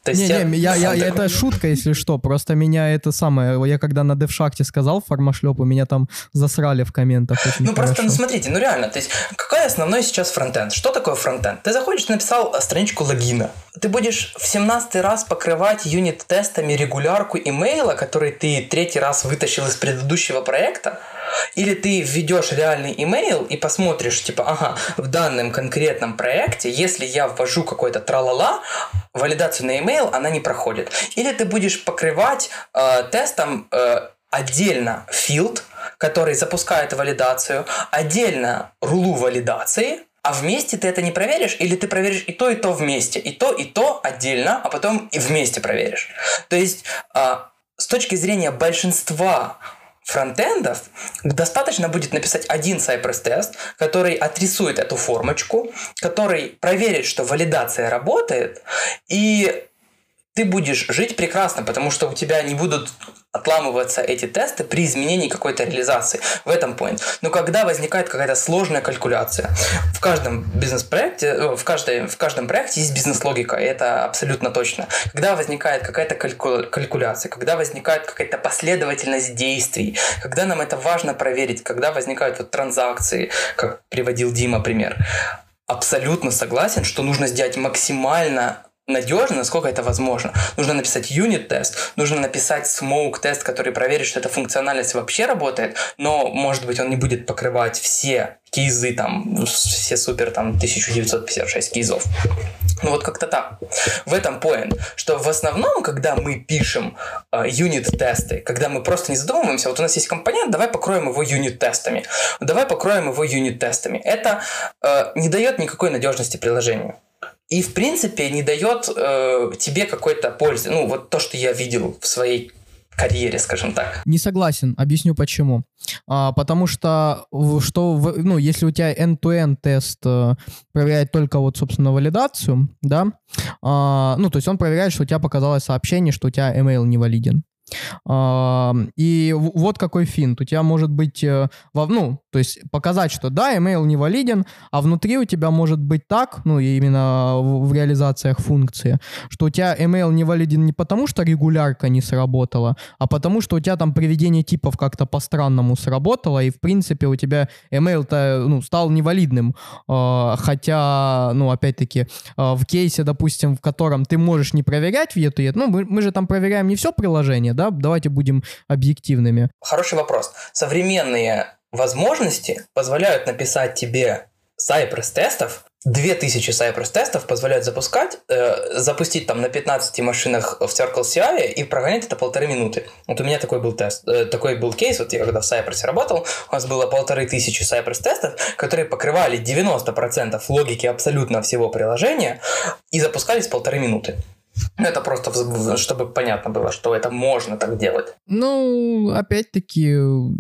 То есть это шутка, если что. Просто меня это самое... Я когда на DevShaft сказал формашлепу, меня там засрали в комментах очень Ну, просто, хорошо. смотрите, реально, то есть, какой основной сейчас фронтенд? Что такое фронтенд? Ты заходишь, написал страничку логина. Ты будешь в 17-й раз покрывать юнит-тестами регулярку имейла, который ты 3-й раз вытащил из предыдущего проекта? Или ты введешь реальный имейл и посмотришь, типа, ага, в данном конкретном проекте, если я ввожу какой-то тралала, валидацию на имейл, она не проходит. Или ты будешь покрывать тестом отдельно field, который запускает валидацию, отдельно рулу валидации, а вместе ты это не проверишь, или ты проверишь и то вместе, и то отдельно, а потом и вместе проверишь. То есть с точки зрения большинства фронтендов достаточно будет написать один Cypress-тест, который отрисует эту формочку, который проверит, что валидация работает, и ты будешь жить прекрасно, потому что у тебя не будут отламываться эти тесты при изменении какой-то реализации. В этом point. Но когда возникает какая-то сложная калькуляция, в каждом бизнес-проекте, в каждом проекте есть бизнес-логика, и это абсолютно точно. Когда возникает какая-то калькуляция, когда возникает какая-то последовательность действий, когда нам это важно проверить, когда возникают вот транзакции, как приводил Дима пример, абсолютно согласен, что нужно сделать максимально надежно, насколько это возможно. Нужно написать юнит-тест, нужно написать smoke-тест, который проверит, что эта функциональность вообще работает, но, может быть, он не будет покрывать все кейзы, там, все супер, там, 1956 кейзов. Ну вот как-то так. В этом point, что в основном, когда мы пишем юнит-тесты, когда мы просто не задумываемся, вот у нас есть компонент, давай покроем его юнит-тестами. Это не дает никакой надежности приложению. И, в принципе, не дает тебе какой-то пользы. Ну, вот то, что я видел в своей карьере, скажем так. Не согласен, объясню почему. Потому что, если у тебя end-to-end тест проверяет только вот, собственно, валидацию, да, то есть он проверяет, что у тебя показалось сообщение, что у тебя email не валиден. И вот какой финт. У тебя может быть, то есть показать, что да, email не валиден, а внутри у тебя может быть так, именно в реализациях функции, что у тебя email не валиден не потому, что регулярка не сработала, а потому, что у тебя там приведение типов как-то по-странному сработало, и в принципе у тебя email-то, стал невалидным. Хотя, опять-таки, в кейсе, допустим, в котором ты можешь не проверять вьету, мы же там проверяем не все приложение, да, давайте будем объективными. Хороший вопрос. Современные возможности позволяют написать тебе Cypress-тестов, 2000 Cypress-тестов позволяют запустить там на 15 машинах в Circle CI и прогонять это 1,5 минуты. Вот у меня такой был кейс, вот я когда в Cypress работал, у нас было 1500 Cypress-тестов, которые покрывали 90% логики абсолютно всего приложения и запускались 1,5 минуты. Это просто, чтобы понятно было, что это можно так делать. Опять-таки,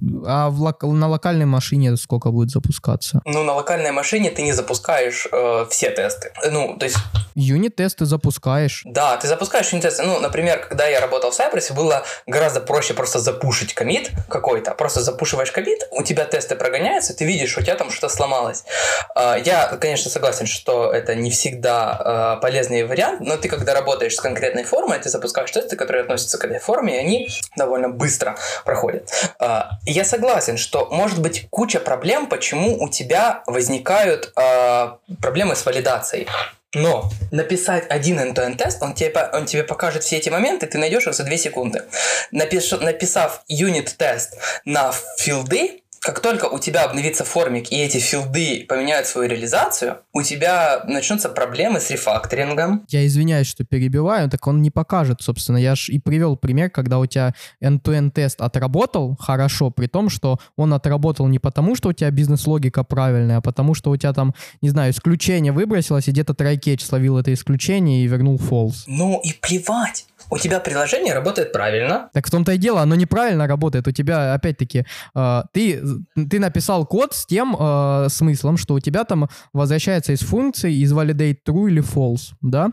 на локальной машине сколько будет запускаться? На локальной машине ты не запускаешь все тесты. То есть... Юнит-тесты запускаешь. Да, ты запускаешь юнит-тесты. Например, когда я работал в Cypress, было гораздо проще просто запушить коммит какой-то. Просто запушиваешь коммит, у тебя тесты прогоняются, ты видишь, что у тебя там что-то сломалось. Я, конечно, согласен, что это не всегда полезный вариант, но ты, когда работаешь с конкретной формой, ты запускаешь тесты, которые относятся к этой форме, и они довольно быстро проходят. Я согласен, что может быть куча проблем, почему у тебя возникают проблемы с валидацией. Но написать один end-to-end тест, он тебе покажет все эти моменты, ты найдешь их за 2 секунды. Написав юнит-тест на филды, как только у тебя обновится формик и эти филды поменяют свою реализацию, у тебя начнутся проблемы с рефакторингом. Я извиняюсь, что перебиваю, так он не покажет, собственно. Я ж и привел пример, когда у тебя end-to-end тест отработал хорошо, при том, что он отработал не потому, что у тебя бизнес-логика правильная, а потому, что у тебя там, не знаю, исключение выбросилось, и где-то try-catch словил это исключение и вернул false. И плевать. У тебя приложение работает правильно. Так в том-то и дело, оно неправильно работает. У тебя, опять-таки, ты ты написал код с тем смыслом, что у тебя там возвращается из функции из validate true или false, да?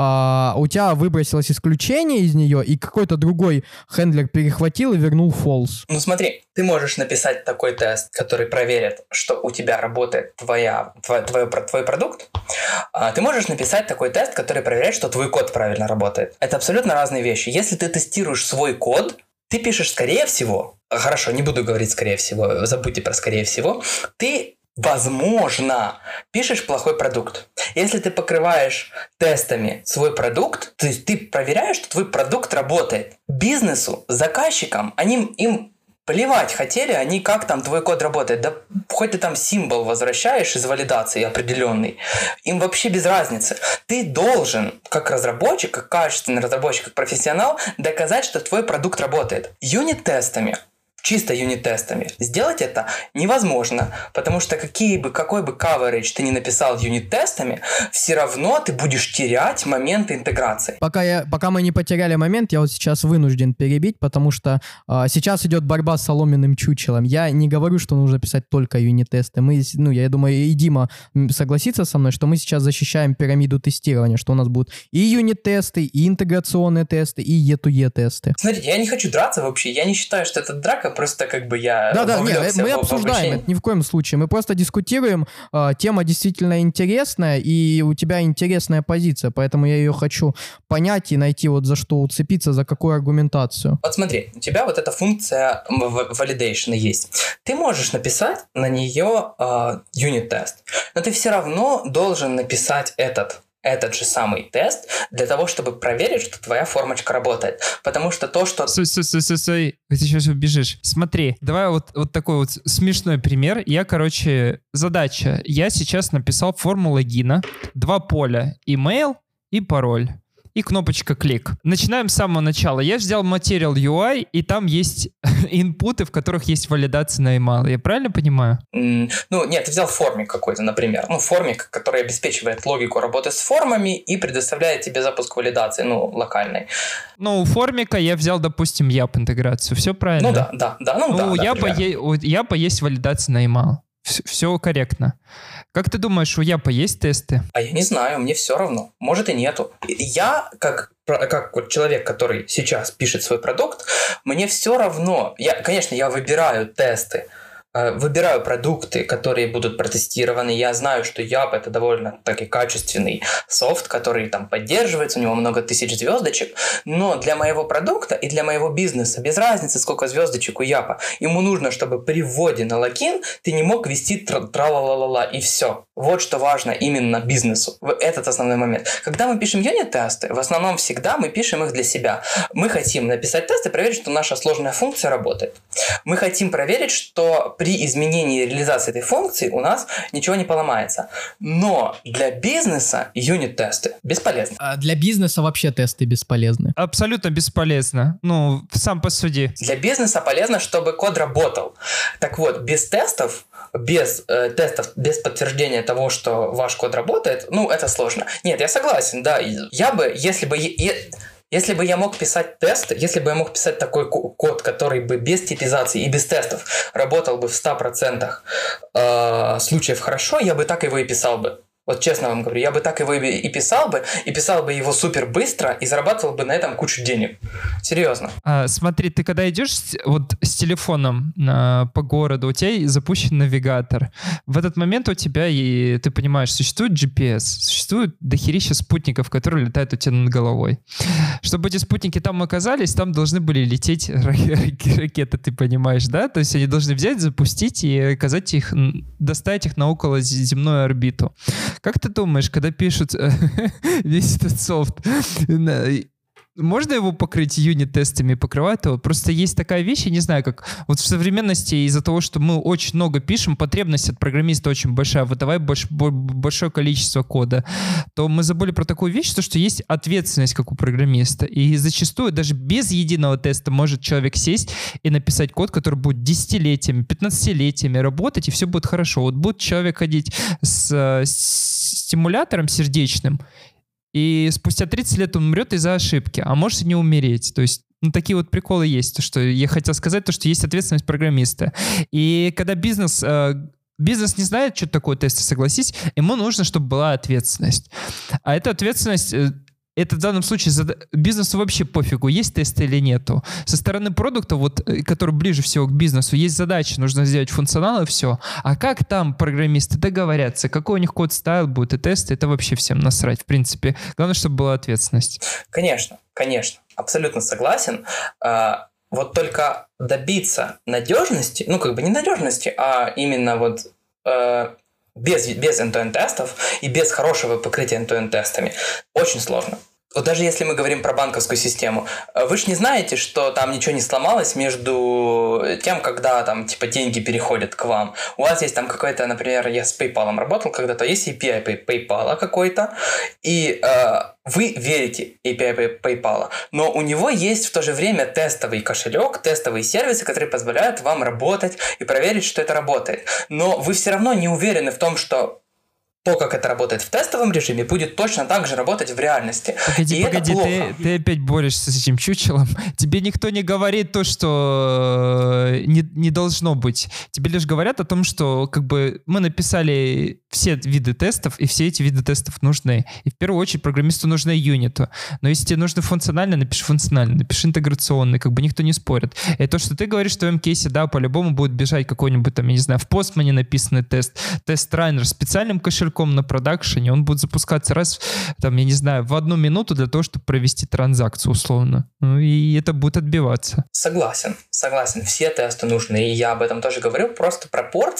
У тебя выбросилось исключение из нее, и какой-то другой хендлер перехватил и вернул false. Ну смотри, ты можешь написать такой тест, который проверит, что у тебя работает твой продукт. Ты можешь написать такой тест, который проверяет, что твой код правильно работает. Это абсолютно разные вещи. Если ты тестируешь свой код, ты пишешь «скорее всего». Хорошо, не буду говорить «скорее всего», забудьте про «скорее всего». Ты, возможно, пишешь плохой продукт. Если ты покрываешь тестами свой продукт, то есть ты проверяешь, что твой продукт работает. Бизнесу, заказчикам, им плевать хотели они, как там твой код работает. Да хоть ты там символ возвращаешь из валидации определенный, им вообще без разницы. Ты должен, как разработчик, как качественный разработчик, как профессионал, доказать, что твой продукт работает. Юнит-тестами, чисто юнит-тестами сделать это невозможно, потому что какой бы coverage ты ни написал юнит-тестами, все равно ты будешь терять моменты интеграции. Пока мы не потеряли момент, я вот сейчас вынужден перебить, потому что сейчас идет борьба с соломенным чучелом. Я не говорю, что нужно писать только юнит-тесты. Я думаю, и Дима согласится со мной, что мы сейчас защищаем пирамиду тестирования, что у нас будут и юнит-тесты, и интеграционные тесты, и E2E-тесты. Смотрите, я не хочу драться вообще, я не считаю, что это драка, просто как бы я нет, мы обсуждаем это ни в коем случае. Мы просто дискутируем. Тема действительно интересная, и у тебя интересная позиция, поэтому я ее хочу понять и найти вот за что уцепиться, за какую аргументацию. Вот смотри, у тебя вот эта функция validation есть. Ты можешь написать на нее юнит-тест, но ты все равно должен написать этот же самый тест для того, чтобы проверить, что твоя формочка работает. Потому что то, что... Стой, ты сейчас убежишь. Смотри, давай вот такой вот смешной пример. Задача. Я сейчас написал форму логина, 2 поля, email и пароль. И кнопочка клик. Начинаем с самого начала. Я взял Material UI, и там есть инпуты, в которых есть валидация на email. Я правильно понимаю? Нет, ты взял формик какой-то, например. Формик, который обеспечивает логику работы с формами и предоставляет тебе запуск валидации, локальной. У формика я взял, допустим, YAP интеграцию. Все правильно? Да. У YAP есть валидация на email. Все корректно. Как ты думаешь, у Япа есть тесты? А я не знаю, мне все равно. Может и нету. Я, как человек, который сейчас пишет свой продукт, мне все равно. Я выбираю тесты, выбираю продукты, которые будут протестированы. Я знаю, что Яп — это довольно-таки качественный софт, который там поддерживается, у него много тысяч звездочек, но для моего продукта и для моего бизнеса без разницы, сколько звездочек у Япа. Ему нужно, чтобы при вводе на логин ты не мог ввести тра-ла-ла-ла-ла, и все. Вот что важно именно бизнесу. Этот основной момент. Когда мы пишем юнит-тесты, в основном всегда мы пишем их для себя. Мы хотим написать тест и проверить, что наша сложная функция работает. Мы хотим проверить, что при изменении реализации этой функции у нас ничего не поломается. Но для бизнеса юнит-тесты бесполезны. А для бизнеса вообще тесты бесполезны? Абсолютно бесполезно. Сам посуди. Для бизнеса полезно, чтобы код работал. Так вот, без тестов, без подтверждения того, что ваш код работает, это сложно. Нет, я согласен, да. Если бы я мог писать тест, если бы я мог писать такой код, который бы без типизации и без тестов работал бы в 100% случаев хорошо, я бы так его и писал бы. Вот честно вам говорю, я бы так его и писал бы его супер быстро и зарабатывал бы на этом кучу денег. Серьезно. Смотри, ты когда идешь с телефоном по городу, у тебя запущен навигатор. В этот момент у тебя, ты понимаешь, существует GPS, существует дохерища спутников, которые летают у тебя над головой. Чтобы эти спутники там оказались, там должны были лететь ракеты, ты понимаешь, да? То есть они должны взять, запустить и доставить их на околоземную орбиту. Как ты думаешь, когда пишут весь этот софт, можно его покрыть юнит-тестами, покрывать его? Просто есть такая вещь, я не знаю, как вот в современности из-за того, что мы очень много пишем, потребность от программиста очень большая, выдавай большое количество кода, то мы забыли про такую вещь, что есть ответственность, как у программиста. И зачастую даже без единого теста может человек сесть и написать код, который будет десятилетиями, 15-летиями работать, и все будет хорошо. Вот будет человек ходить с стимулятором сердечным, и спустя 30 лет он умрет из-за ошибки, а может и не умереть. То есть такие вот приколы есть. То, что я хотел сказать, то, что есть ответственность программиста. И когда бизнес не знает, что такое тесты, согласись, ему нужно, чтобы была ответственность. А эта ответственность... Это в данном случае бизнесу вообще пофигу, есть тесты или нету. Со стороны продукта, вот, который ближе всего к бизнесу, есть задача, нужно сделать функционал и все. А как там программисты договорятся, какой у них код-стайл будет и тесты, это вообще всем насрать, в принципе. Главное, чтобы была ответственность. Конечно, абсолютно согласен. Вот только добиться надежности, не надежности, а именно вот... без end-to-end тестов и без хорошего покрытия end-to-end тестами очень сложно. Вот даже если мы говорим про банковскую систему, вы же не знаете, что там ничего не сломалось между тем, когда там типа деньги переходят к вам. У вас есть там какой-то, например, я с PayPal работал когда-то, есть API PayPal какой-то, и вы верите API PayPal, но у него есть в то же время тестовый кошелек, тестовые сервисы, которые позволяют вам работать и проверить, что это работает. Но вы все равно не уверены в том, что то, как это работает в тестовом режиме, будет точно так же работать в реальности. Погоди, ты опять борешься с этим чучелом. Тебе никто не говорит то, что не должно быть. Тебе лишь говорят о том, что как бы мы написали все виды тестов, и все эти виды тестов нужны. И в первую очередь программисту нужны юниту. Но если тебе нужно функционально, напиши интеграционный, как бы никто не спорит. И то, что ты говоришь в твоем кейсе, да, по-любому будет бежать какой-нибудь там, я не знаю, в Postman написанный тест-райнер специальным кошельком на продакшене, он будет запускаться раз, там, я не знаю, в 1 минуту для того, чтобы провести транзакцию условно. Ну, и это будет отбиваться. Согласен. Все тесты нужны, и я об этом тоже говорю. Просто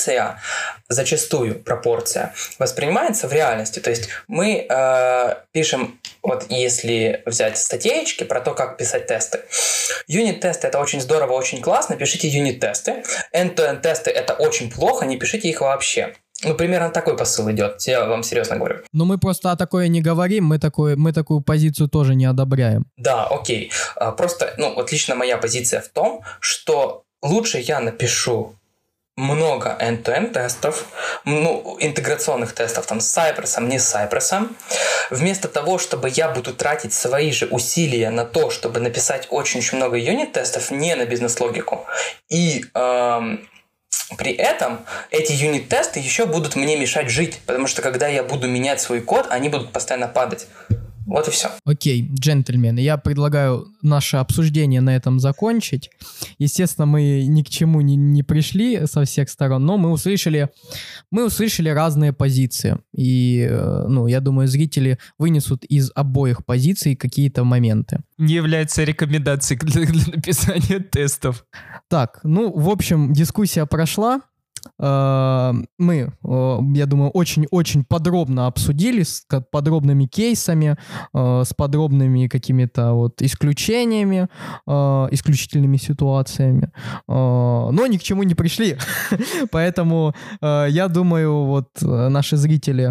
зачастую пропорция воспринимается в реальности. То есть мы пишем, вот если взять статейки про то, как писать тесты. Юнит-тесты — это очень здорово, очень классно, пишите юнит-тесты. End-to-end тесты — это очень плохо, не пишите их вообще. Примерно такой посыл идет, я вам серьезно говорю. Но мы просто о такое не говорим, мы такую позицию тоже не одобряем. Да, окей. Просто, вот лично моя позиция в том, что лучше я напишу много end-to-end тестов, интеграционных тестов там с Cypress, не с Cypress, вместо того, чтобы я буду тратить свои же усилия на то, чтобы написать очень-очень много юнит-тестов, не на бизнес-логику. И при этом эти юнит-тесты еще будут мне мешать жить, потому что когда я буду менять свой код, они будут постоянно падать. Вот и все. Окей, джентльмены, я предлагаю наше обсуждение на этом закончить. Естественно, мы ни к чему не пришли со всех сторон, но мы услышали разные позиции. И, я думаю, зрители вынесут из обоих позиций какие-то моменты. Не является рекомендацией для написания тестов. Так, в общем, дискуссия прошла. Мы, я думаю, очень-очень подробно обсудили с подробными кейсами, с подробными какими-то вот исключениями, исключительными ситуациями, но ни к чему не пришли. Поэтому я думаю, вот наши зрители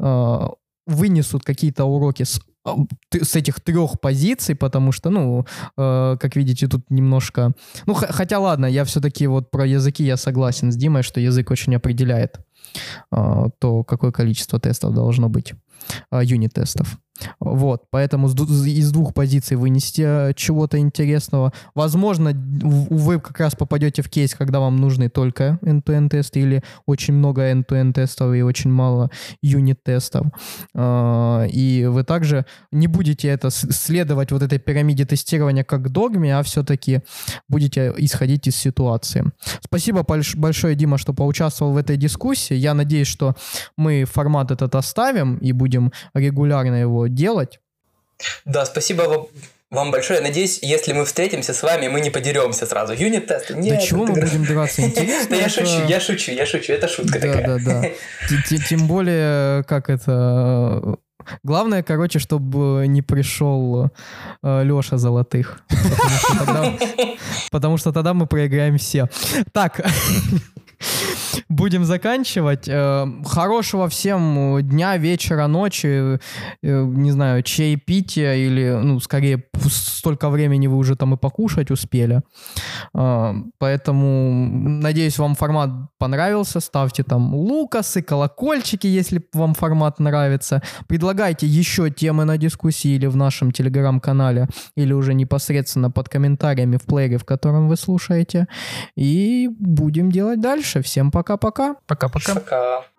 вынесут какие-то уроки с этих 3 позиций, потому что, как видите, тут немножко... хотя ладно, я все-таки вот про языки я согласен с Димой, что язык очень определяет то, какое количество тестов должно быть, юнит-тестов. Вот, поэтому из 2 позиций вынести чего-то интересного. Возможно, вы как раз попадете в кейс, когда вам нужны только end-to-end тесты или очень много end-to-end тестов и очень мало юнит-тестов. И вы также не будете следовать вот этой пирамиде тестирования как догме, а все-таки будете исходить из ситуации. Спасибо большое, Дима, что поучаствовал в этой дискуссии. Я надеюсь, что мы формат этот оставим и будем регулярно его делать. Да, спасибо вам большое. Надеюсь, если мы встретимся с вами, мы не подеремся сразу. Юнит-тесты? Нет. Да чего мы будем драться? Интересно. Я шучу. Это шутка такая. Да. Тем более, как это... Главное, чтобы не пришел Леша Золотых. Потому что тогда мы проиграем все. Так... будем заканчивать. Хорошего всем дня, вечера, ночи, не знаю, чаепития или, ну, скорее, столько времени вы уже там и покушать успели. Поэтому, надеюсь, вам формат понравился. Ставьте там лукасы, колокольчики, если вам формат нравится. Предлагайте еще темы на дискуссии или в нашем телеграм-канале, или уже непосредственно под комментариями в плеере, в котором вы слушаете. И будем делать дальше. Всем пока-пока. Пока-пока. Пока.